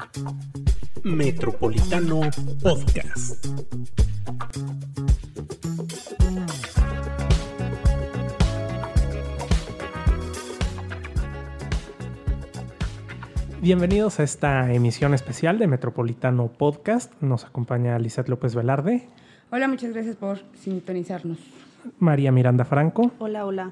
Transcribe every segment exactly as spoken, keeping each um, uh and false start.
Metropolitano Podcast. Bienvenidos a esta emisión especial de Metropolitano Podcast. Nos acompaña Lizeth López Velarde. Hola, muchas gracias por sintonizarnos. María Miranda Franco. Hola, hola.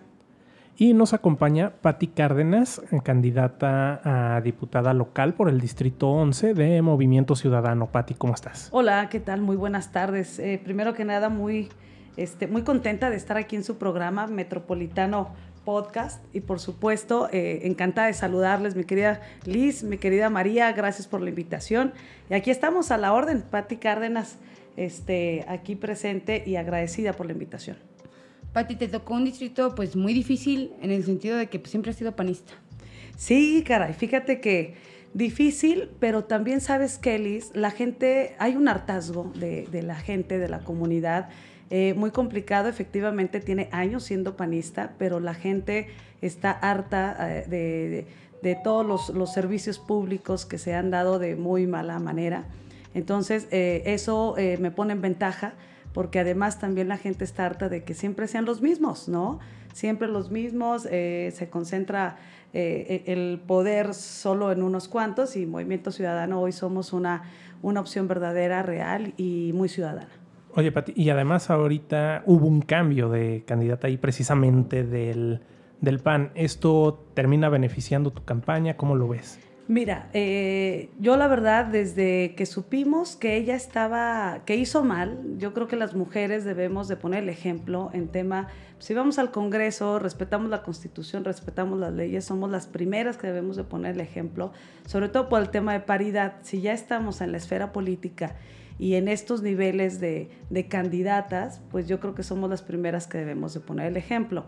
Y nos acompaña Patti Cárdenas, candidata a diputada local por el Distrito once de Movimiento Ciudadano. Patti, ¿cómo estás? Hola, ¿qué tal? Muy buenas tardes. Eh, primero que nada, muy, este, muy contenta de estar aquí en su programa Metropolitano Podcast y por supuesto, eh, encantada de saludarles, mi querida Liz, mi querida María, gracias por la invitación. Y aquí estamos a la orden, Patti Cárdenas, este, aquí presente y agradecida por la invitación. Patti, te tocó un distrito pues muy difícil en el sentido de que pues, siempre has sido panista. Sí, caray, fíjate que difícil, pero también sabes que, Liz, la gente, hay un hartazgo de, de la gente, de la comunidad, eh, muy complicado, efectivamente tiene años siendo panista, pero la gente está harta eh, de, de, de todos los, los servicios públicos que se han dado de muy mala manera. Entonces, eh, eso eh, me pone en ventaja, porque además también la gente está harta de que siempre sean los mismos, ¿no? Siempre los mismos, eh, se concentra eh, el poder solo en unos cuantos y Movimiento Ciudadano hoy somos una, una opción verdadera, real y muy ciudadana. Oye, Patti, y además ahorita hubo un cambio de candidata ahí precisamente del, del P A N. ¿Esto termina beneficiando tu campaña? ¿Cómo lo ves? Mira, eh, yo la verdad, desde que supimos que ella estaba, que hizo mal, yo creo que las mujeres debemos de poner el ejemplo en tema, si vamos al Congreso, respetamos la Constitución, respetamos las leyes, somos las primeras que debemos de poner el ejemplo, sobre todo por el tema de paridad. Si ya estamos en la esfera política y en estos niveles de, de candidatas, pues yo creo que somos las primeras que debemos de poner el ejemplo.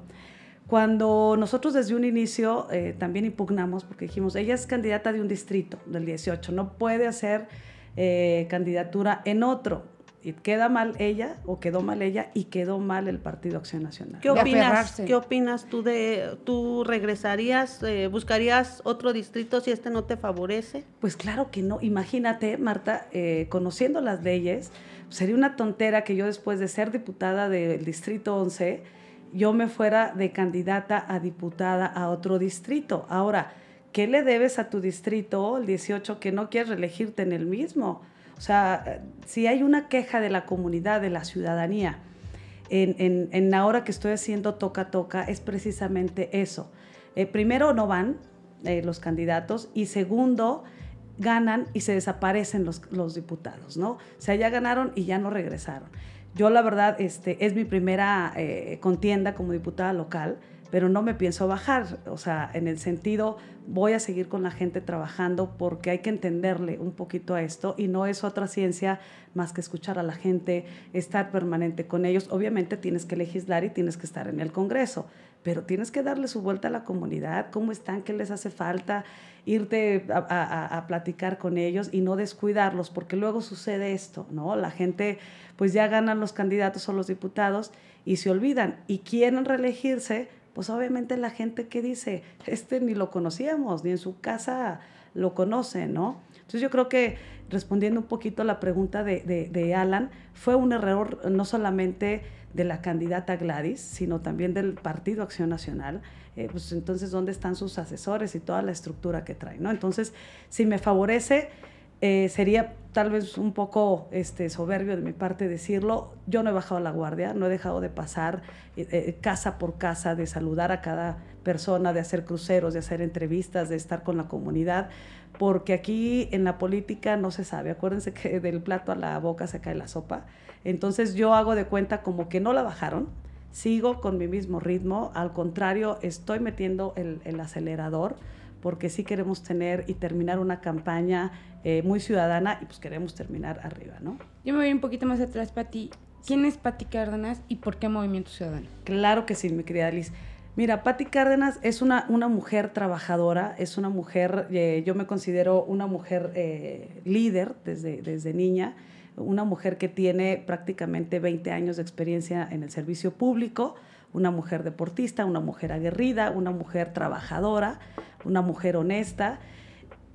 Cuando nosotros desde un inicio eh, también impugnamos, porque dijimos, ella es candidata de un distrito, del dieciocho, no puede hacer eh, candidatura en otro. Y queda mal ella, o quedó mal ella, y quedó mal el Partido Acción Nacional. ¿Qué opinas, ¿qué opinas tú de, tú regresarías, eh, buscarías otro distrito si este no te favorece? Pues claro que no. Imagínate, Marta, eh, conociendo las leyes, sería una tontera que yo después de ser diputada del Distrito once, yo me fuera de candidata a diputada a otro distrito. Ahora, ¿qué le debes a tu distrito, el dieciocho, que no quieres reelegirte en el mismo? O sea, si hay una queja de la comunidad, de la ciudadanía, en, en, en ahora que estoy haciendo toca-toca, es precisamente eso. Eh, primero, no van eh, los candidatos, y segundo, ganan y se desaparecen los, los diputados, ¿no? O sea, ya ganaron y ya no regresaron. Yo, la verdad, este, es mi primera eh, contienda como diputada local, pero no me pienso bajar. O sea, en el sentido, voy a seguir con la gente trabajando porque hay que entenderle un poquito a esto y no es otra ciencia más que escuchar a la gente, estar permanente con ellos. Obviamente tienes que legislar y tienes que estar en el Congreso, pero tienes que darle su vuelta a la comunidad, cómo están, qué les hace falta, irte a, a, a platicar con ellos y no descuidarlos, porque luego sucede esto, ¿no? La gente, pues ya ganan los candidatos o los diputados y se olvidan y quieren reelegirse, pues obviamente la gente que dice, este ni lo conocíamos, ni en su casa lo conoce, ¿no? Entonces yo creo que, respondiendo un poquito a la pregunta de, de, de Alan, fue un error no solamente de la candidata Gladys, sino también del Partido Acción Nacional. Eh, pues entonces, ¿dónde están sus asesores y toda la estructura que traen, ¿no? Entonces, si me favorece, eh, sería tal vez un poco este, soberbio de mi parte decirlo. Yo no he bajado la guardia, no he dejado de pasar eh, eh, casa por casa, de saludar a cada persona, de hacer cruceros, de hacer entrevistas, de estar con la comunidad, porque aquí en la política no se sabe. Acuérdense que del plato a la boca se cae la sopa. Entonces yo hago de cuenta como que no la bajaron, sigo con mi mismo ritmo, al contrario, estoy metiendo el, el acelerador, porque sí queremos tener y terminar una campaña eh, muy ciudadana y pues queremos terminar arriba, ¿no? Yo me voy un poquito más atrás, Patti. ¿Quién es Patti Cárdenas y por qué Movimiento Ciudadano? Claro que sí, mi querida Liz. Mira, Patti Cárdenas es una, una mujer trabajadora, es una mujer, eh, yo me considero una mujer eh, líder desde, desde niña, una mujer que tiene prácticamente veinte años de experiencia en el servicio público, una mujer deportista, una mujer aguerrida, una mujer trabajadora, una mujer honesta.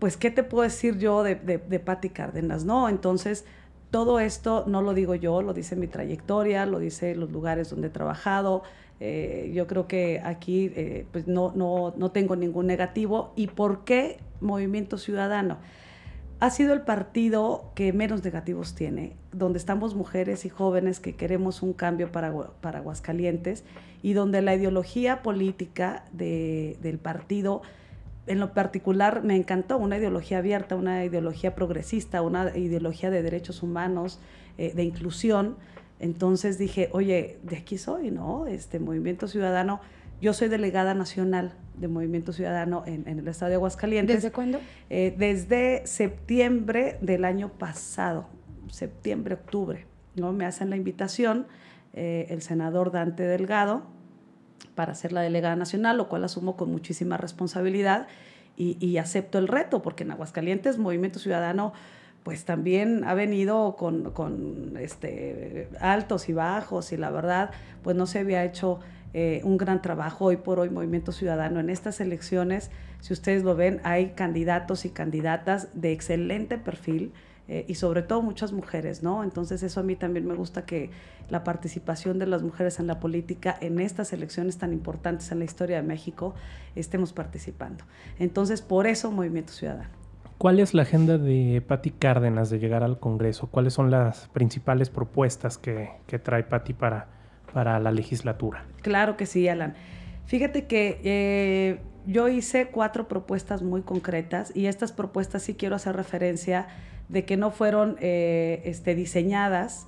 pues, ¿qué te puedo decir yo de, de, de Pati Cárdenas, no? Entonces, todo esto no lo digo yo, lo dice mi trayectoria, lo dice los lugares donde he trabajado. Eh, yo creo que aquí eh, pues no, no, no tengo ningún negativo. ¿Y por qué Movimiento Ciudadano? Ha sido el partido que menos negativos tiene, donde estamos mujeres y jóvenes que queremos un cambio para, para Aguascalientes, y donde la ideología política de, del partido, en lo particular, me encantó, una ideología abierta, una ideología progresista, una ideología de derechos humanos, eh, de inclusión. Entonces dije, oye, de aquí soy, ¿no? Este Movimiento Ciudadano, yo soy delegada nacional de Movimiento Ciudadano en, en el estado de Aguascalientes. ¿Desde cuándo? Eh, desde septiembre del año pasado, septiembre, octubre, ¿no? Me hacen la invitación eh, el senador Dante Delgado para ser la delegada nacional, lo cual asumo con muchísima responsabilidad y, y acepto el reto, porque en Aguascalientes Movimiento Ciudadano pues también ha venido con, con este, altos y bajos, y la verdad pues no se había hecho eh, un gran trabajo. Hoy por hoy Movimiento Ciudadano en estas elecciones, si ustedes lo ven, hay candidatos y candidatas de excelente perfil, Eh, y sobre todo muchas mujeres, ¿no? Entonces eso a mí también me gusta, que la participación de las mujeres en la política en estas elecciones tan importantes en la historia de México estemos participando. Entonces, por eso Movimiento Ciudadano. ¿Cuál es la agenda de Pati Cárdenas de llegar al Congreso? ¿Cuáles son las principales propuestas que, que trae Pati para, para la legislatura? Claro que sí, Alan. Fíjate que eh, yo hice cuatro propuestas muy concretas, y estas propuestas sí quiero hacer referencia de que no fueron eh, este, diseñadas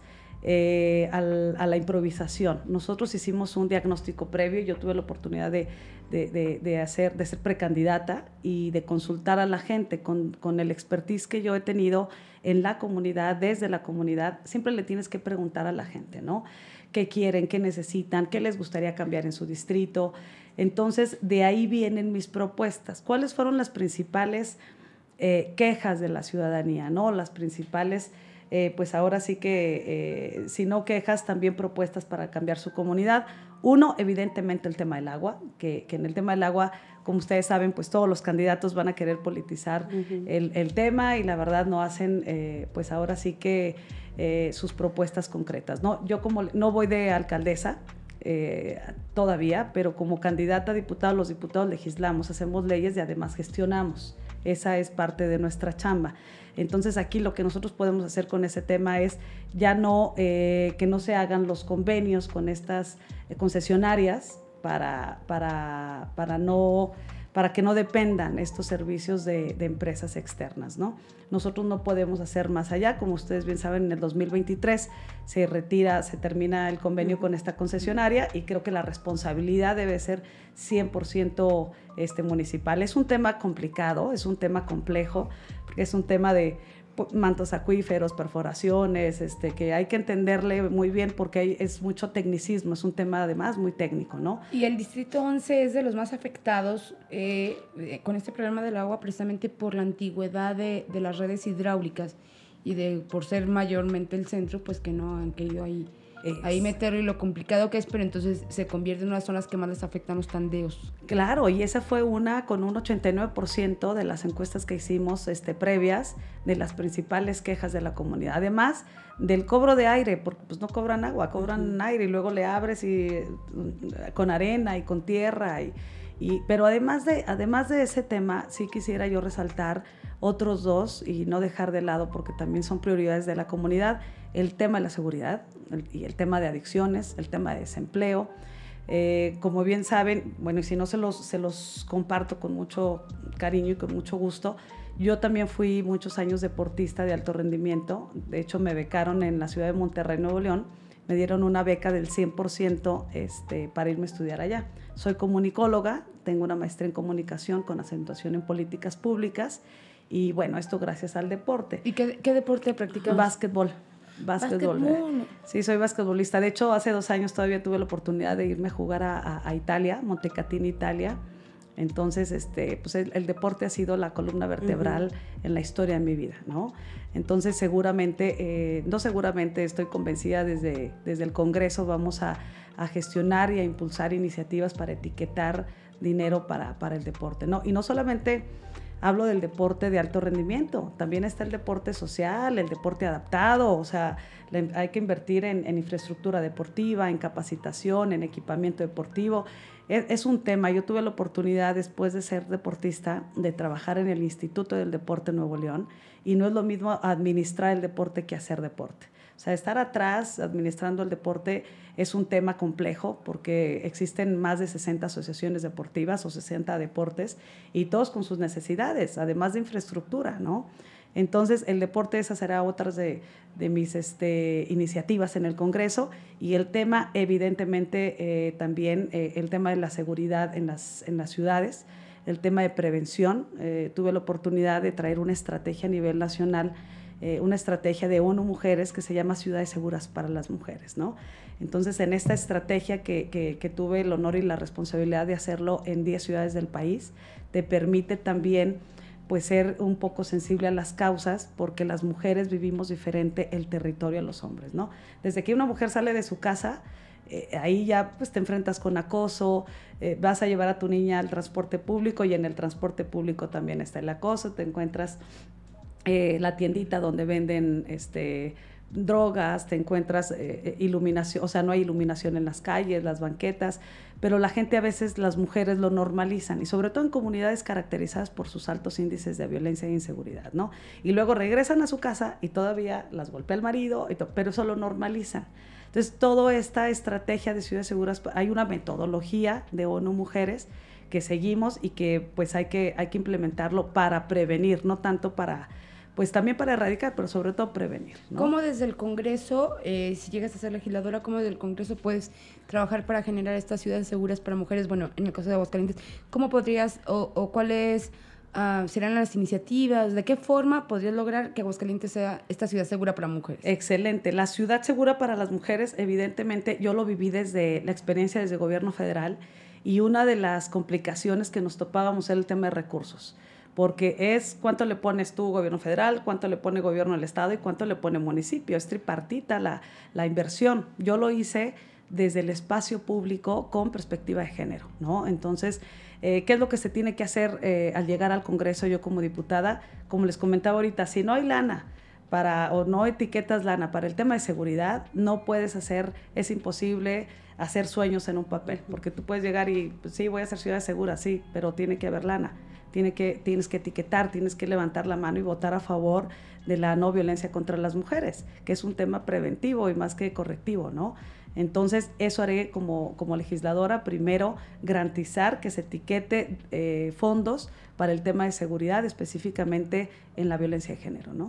eh, al, a la improvisación. Nosotros hicimos un diagnóstico previo. Yo tuve la oportunidad de, de, de, de, hacer, de ser precandidata y de consultar a la gente con, con el expertise que yo he tenido en la comunidad, desde la comunidad. Siempre le tienes que preguntar a la gente, ¿no? ¿Qué quieren? ¿Qué necesitan? ¿Qué les gustaría cambiar en su distrito? Entonces, de ahí vienen mis propuestas. ¿Cuáles fueron las principales Eh, quejas de la ciudadanía, ¿no? Las principales, eh, pues ahora sí que, eh, si no quejas, también propuestas para cambiar su comunidad. Uno, evidentemente el tema del agua, que, que en el tema del agua, como ustedes saben, pues todos los candidatos van a querer politizar uh-huh. el, el tema, y la verdad no hacen, eh, pues ahora sí que eh, sus propuestas concretas, ¿no? Yo como no voy de alcaldesa, Eh, todavía, pero como candidata a diputada, los diputados legislamos, hacemos leyes y además gestionamos. Esa es parte de nuestra chamba. Entonces aquí lo que nosotros podemos hacer con ese tema es ya no, eh, que no se hagan los convenios con estas eh, concesionarias para, para, para no... para que no dependan estos servicios de, de empresas externas, ¿no? Nosotros no podemos hacer más allá. Como ustedes bien saben, en el dos mil veintitrés se retira, se termina el convenio con esta concesionaria, y creo que la responsabilidad debe ser cien por ciento este, municipal. Es un tema complicado, es un tema complejo, porque es un tema de mantos acuíferos, perforaciones, este, que hay que entenderle muy bien, porque hay, es mucho tecnicismo, es un tema además muy técnico, ¿no? Y el Distrito once es de los más afectados eh, con este problema del agua, precisamente por la antigüedad de, de las redes hidráulicas, y de por ser mayormente el centro, pues que no han querido ahí, ahí meterlo, y lo complicado que es, pero entonces se convierte en una de las zonas que más les afectan los tandeos. Claro, y esa fue una con un ochenta y nueve por ciento de las encuestas que hicimos este, previas, de las principales quejas de la comunidad. Además del cobro de aire, porque pues no cobran agua, cobran uh-huh. aire, y luego le abres y, con arena y con tierra. Y, y, pero además de, además de ese tema, sí quisiera yo resaltar otros dos y no dejar de lado, porque también son prioridades de la comunidad: el tema de la seguridad el, y el tema de adicciones, el tema de desempleo. Eh, como bien saben, bueno, y si no se los, se los comparto con mucho cariño y con mucho gusto, yo también fui muchos años deportista de alto rendimiento. De hecho, me becaron en la ciudad de Monterrey, Nuevo León. Me dieron una beca del cien por ciento este, para irme a estudiar allá. Soy comunicóloga, tengo una maestría en comunicación con acentuación en políticas públicas, y bueno, esto gracias al deporte. ¿Y qué, qué deporte practicabas? Básquetbol. Básquetbol. Básquetbol. Sí, soy basquetbolista. De hecho, hace dos años todavía tuve la oportunidad de irme a jugar a, a, a Italia, Montecatini, Italia. Entonces, este, pues el, el deporte ha sido la columna vertebral uh-huh. en la historia de mi vida, ¿no? Entonces, seguramente, eh, no seguramente, estoy convencida, desde, desde el Congreso vamos a, a gestionar y a impulsar iniciativas para etiquetar dinero para, para el deporte, ¿no? Y no solamente hablo del deporte de alto rendimiento, también está el deporte social, el deporte adaptado, o sea, le, hay que invertir en, en infraestructura deportiva, en capacitación, en equipamiento deportivo. Es, es un tema. Yo tuve la oportunidad, después de ser deportista, de trabajar en el Instituto del Deporte Nuevo León, y no es lo mismo administrar el deporte que hacer deporte. O sea, estar atrás administrando el deporte es un tema complejo porque existen más de sesenta asociaciones deportivas o sesenta deportes y todos con sus necesidades, además de infraestructura, ¿no? Entonces, el deporte, esa será otra de, de mis este, iniciativas en el Congreso, y el tema, evidentemente, eh, también eh, el tema de la seguridad en las, en las ciudades, el tema de prevención. Eh, tuve la oportunidad de traer una estrategia a nivel nacional, eh, una estrategia de ONU Mujeres que se llama Ciudades Seguras para las Mujeres, ¿no? Entonces, en esta estrategia que, que, que tuve el honor y la responsabilidad de hacerlo en diez ciudades del país, te permite también pues ser un poco sensible a las causas, porque las mujeres vivimos diferente el territorio a los hombres, ¿no? Desde que una mujer sale de su casa, eh, ahí ya pues te enfrentas con acoso, eh, vas a llevar a tu niña al transporte público y en el transporte público también está el acoso, te encuentras eh, la tiendita donde venden este, drogas, te encuentras eh, iluminación, o sea, no hay iluminación en las calles, las banquetas, pero la gente a veces, las mujeres lo normalizan, y sobre todo en comunidades caracterizadas por sus altos índices de violencia e inseguridad, ¿no? Y luego regresan a su casa y todavía las golpea el marido, y pero eso lo normalizan. Entonces, toda esta estrategia de ciudades seguras, hay una metodología de ONU Mujeres que seguimos y que pues hay que, hay que implementarlo para prevenir, no tanto para... pues también para erradicar, pero sobre todo prevenir, ¿no? ¿Cómo desde el Congreso, eh, si llegas a ser legisladora, cómo desde el Congreso puedes trabajar para generar estas ciudades seguras para mujeres? Bueno, en el caso de Aguascalientes, ¿cómo podrías o, o cuáles uh, serán las iniciativas? ¿De qué forma podrías lograr que Aguascalientes sea esta ciudad segura para mujeres? Excelente. La ciudad segura para las mujeres, evidentemente, yo lo viví desde la experiencia desde el gobierno federal, y una de las complicaciones que nos topábamos era el tema de recursos. Porque es cuánto le pones tú, gobierno federal, cuánto le pone gobierno del estado y cuánto le pone municipio. Es tripartita la, la inversión. Yo lo hice desde el espacio público con perspectiva de género, ¿no? Entonces, eh, ¿qué es lo que se tiene que hacer eh, al llegar al Congreso yo como diputada? Como les comentaba ahorita, si no hay lana para, o no etiquetas lana para el tema de seguridad, no puedes hacer, es imposible hacer sueños en un papel, porque tú puedes llegar y, pues, sí, voy a hacer ciudad segura, sí, pero tiene que haber lana. Tiene que, tienes que etiquetar, tienes que levantar la mano y votar a favor de la no violencia contra las mujeres, que es un tema preventivo y más que correctivo, ¿no? Entonces, eso haré como, como legisladora, primero, garantizar que se etiquete eh, fondos para el tema de seguridad, específicamente en la violencia de género, ¿no?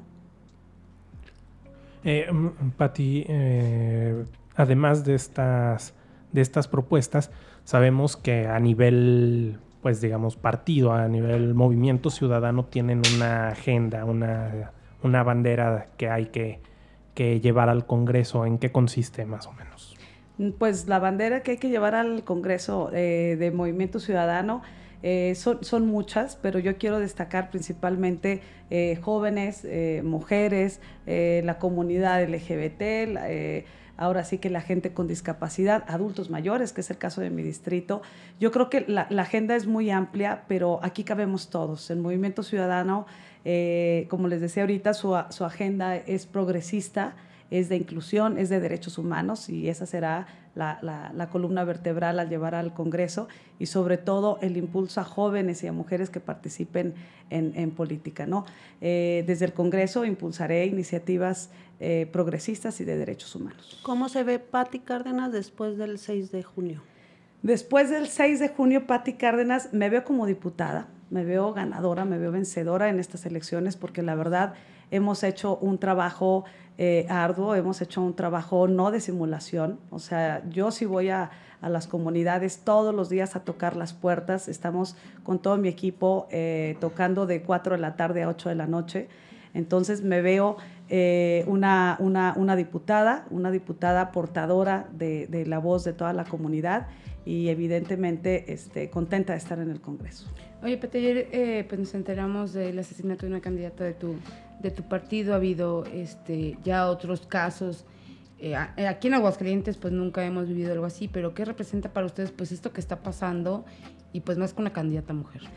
Eh, Pati, eh, además de estas, de estas propuestas, sabemos que a nivel... pues digamos, partido, a nivel movimiento ciudadano, tienen una agenda, una, una bandera que hay que, que llevar al Congreso. ¿En qué consiste más o menos? Pues la bandera que hay que llevar al Congreso eh, de Movimiento Ciudadano eh, son, son muchas, pero yo quiero destacar principalmente eh, jóvenes, eh, mujeres, eh, la comunidad L G B T, la, eh, ahora sí que la gente con discapacidad, adultos mayores, que es el caso de mi distrito. Yo creo que la, la agenda es muy amplia, pero aquí cabemos todos. El Movimiento Ciudadano, eh, como les decía ahorita, su, su agenda es progresista, es de inclusión, es de derechos humanos, y esa será la, la, la columna vertebral al llevar al Congreso, y sobre todo el impulso a jóvenes y a mujeres que participen en, en política, ¿no? Eh, desde el Congreso impulsaré iniciativas eh, progresistas y de derechos humanos. ¿Cómo se ve Pati Cárdenas después del seis de junio? Después del seis de junio, Pati Cárdenas, me veo como diputada, me veo ganadora, me veo vencedora en estas elecciones, porque la verdad hemos hecho un trabajo eh, arduo, hemos hecho un trabajo no de simulación. O sea, yo sí voy a, a las comunidades todos los días a tocar las puertas. Estamos con todo mi equipo eh, tocando de cuatro de la tarde a ocho de la noche. Entonces me veo eh, una, una, una diputada, una diputada portadora de, de la voz de toda la comunidad, y evidentemente este, contenta de estar en el Congreso. Oye, Pati, ayer eh, pues nos enteramos del asesinato de una candidata de tu, de tu partido. Ha habido este, ya otros casos. Eh, aquí en Aguascalientes pues nunca hemos vivido algo así, pero ¿qué representa para ustedes pues esto que está pasando, y pues más con una candidata mujer?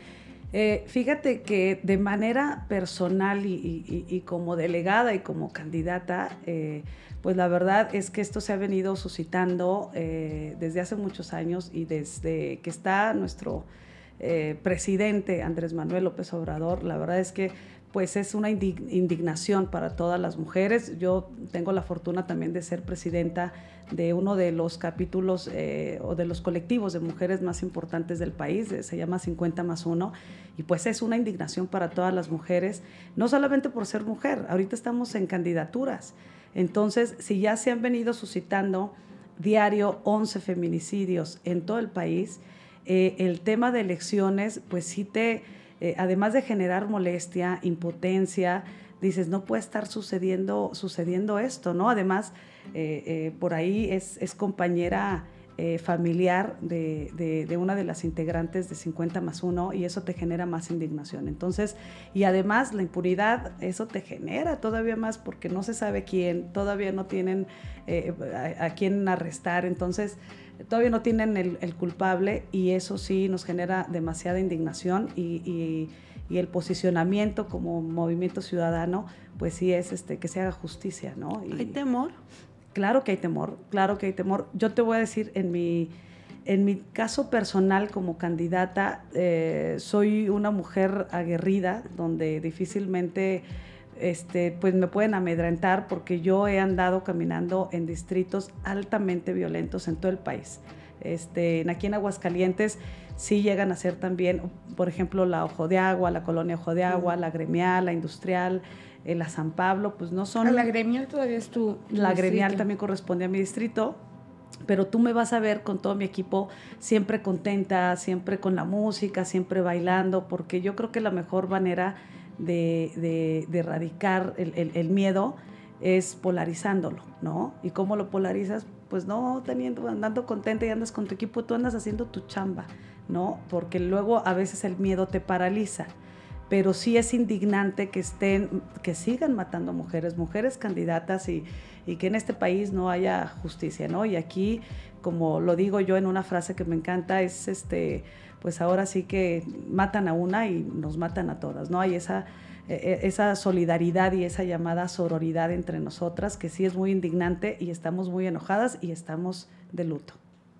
Eh, fíjate que de manera personal y, y, y como delegada y como candidata, eh, pues la verdad es que esto se ha venido suscitando eh, desde hace muchos años y desde que está nuestro eh, presidente Andrés Manuel López Obrador. La verdad es que pues es una indignación para todas las mujeres. Yo tengo la fortuna también de ser presidenta de uno de los capítulos eh, o de los colectivos de mujeres más importantes del país, se llama cincuenta más uno, y pues es una indignación para todas las mujeres, no solamente por ser mujer, ahorita estamos en candidaturas. Entonces, si ya se han venido suscitando diario once feminicidios en todo el país, eh, el tema de elecciones, pues sí te... Eh, además de generar molestia, impotencia, dices, no puede estar sucediendo, sucediendo esto, ¿no? Además, eh, eh, por ahí es, es compañera eh, familiar de, de, de una de las integrantes de cincuenta más uno y eso te genera más indignación. Entonces, y además la impunidad, eso te genera todavía más porque no se sabe quién, todavía no tienen eh, a, a quién arrestar, entonces todavía no tienen el, el culpable y eso sí nos genera demasiada indignación y, y, y el posicionamiento como movimiento ciudadano, pues sí es este, que se haga justicia, ¿no? Y, ¿hay temor? Claro que hay temor, claro que hay temor. Yo te voy a decir, en mi, en mi caso personal como candidata, eh, soy una mujer aguerrida, donde difícilmente... Este, pues me pueden amedrentar porque yo he andado caminando en distritos altamente violentos en todo el país. Este, aquí en Aguascalientes sí llegan a ser también, por ejemplo, la Ojo de Agua, la colonia Ojo de Agua, la Gremial, la Industrial, eh, la San Pablo, pues no son... Ah, la Gremial todavía es tu, tu La distrito. Gremial también corresponde a mi distrito, pero tú me vas a ver con todo mi equipo siempre contenta, siempre con la música, siempre bailando, porque yo creo que la mejor manera de, de, de erradicar el, el, el miedo es polarizándolo, ¿no? ¿Y cómo lo polarizas? Pues no teniendo, andando contenta y andas con tu equipo, tú andas haciendo tu chamba, ¿no? Porque luego a veces el miedo te paraliza. Pero sí es indignante que estén, que sigan matando mujeres, mujeres candidatas y, y que en este país no haya justicia, ¿no? Y aquí, como lo digo yo en una frase que me encanta, es este, pues ahora sí que matan a una y nos matan a todas, ¿no? Hay esa, eh, esa solidaridad y esa llamada sororidad entre nosotras que sí es muy indignante y estamos muy enojadas y estamos de luto.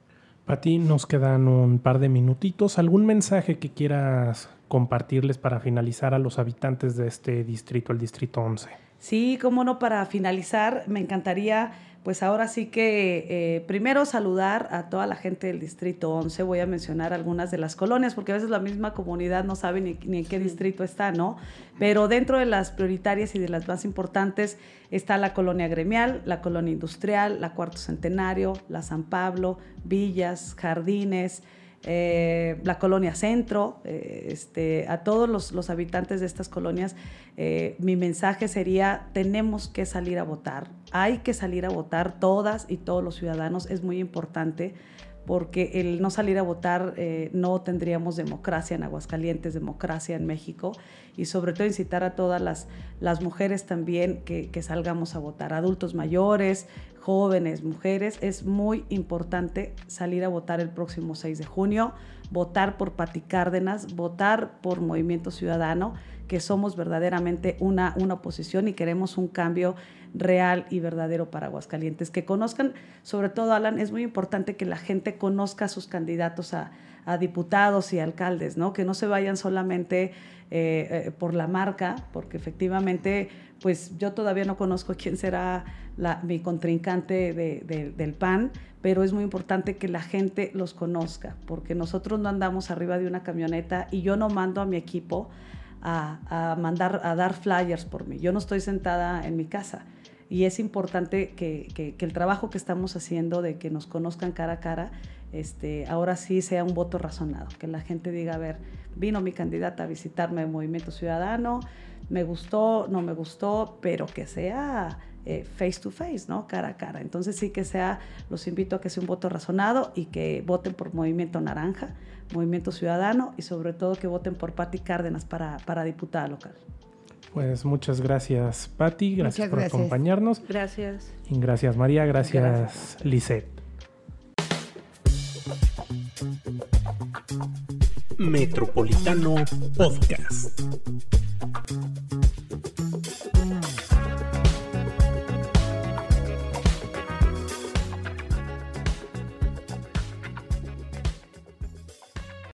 Pati, nos quedan un par de minutitos. ¿Algún mensaje que quieras compartirles para finalizar a los habitantes de este distrito, el distrito once? Sí, cómo no, para finalizar, me encantaría, pues ahora sí que eh, primero saludar a toda la gente del distrito once. Voy a mencionar algunas de las colonias, porque a veces la misma comunidad no sabe ni, ni en qué distrito está, ¿no? Pero dentro de las prioritarias y de las más importantes está la colonia Gremial, la colonia Industrial, la Cuarto Centenario, la San Pablo, Villas, Jardines, Eh, la colonia Centro, eh, este, a todos los, los habitantes de estas colonias, eh, mi mensaje sería, tenemos que salir a votar, hay que salir a votar todas y todos los ciudadanos, es muy importante, porque el no salir a votar eh, no tendríamos democracia en Aguascalientes, democracia en México, y sobre todo incitar a todas las, las mujeres también que, que salgamos a votar, adultos mayores, jóvenes, mujeres. Es muy importante salir a votar el próximo seis de junio, votar por Pati Cárdenas, votar por Movimiento Ciudadano, que somos verdaderamente una, una oposición y queremos un cambio real y verdadero para Aguascalientes. Que conozcan, sobre todo, Alan, es muy importante que la gente conozca a sus candidatos a, a diputados y alcaldes, ¿no? Que no se vayan solamente eh, eh, por la marca, porque efectivamente, pues yo todavía no conozco quién será la, mi contrincante de, de, del P A N, pero es muy importante que la gente los conozca, porque nosotros no andamos arriba de una camioneta y yo no mando a mi equipo a, a mandar, a dar flyers por mí. Yo no estoy sentada en mi casa. Y es importante que, que, que el trabajo que estamos haciendo de que nos conozcan cara a cara, este, ahora sí sea un voto razonado, que la gente diga, a ver, vino mi candidata a visitarme en Movimiento Ciudadano, me gustó, no me gustó, pero que sea eh, face to face, ¿no? Cara a cara. Entonces sí que sea, los invito a que sea un voto razonado y que voten por Movimiento Naranja, Movimiento Ciudadano y sobre todo que voten por Pati Cárdenas para, para diputada local. Pues muchas gracias, Pati. Gracias Muchas por gracias. acompañarnos. Gracias. Y gracias, María. Gracias, Gracias. Lisette. Metropolitano Podcast.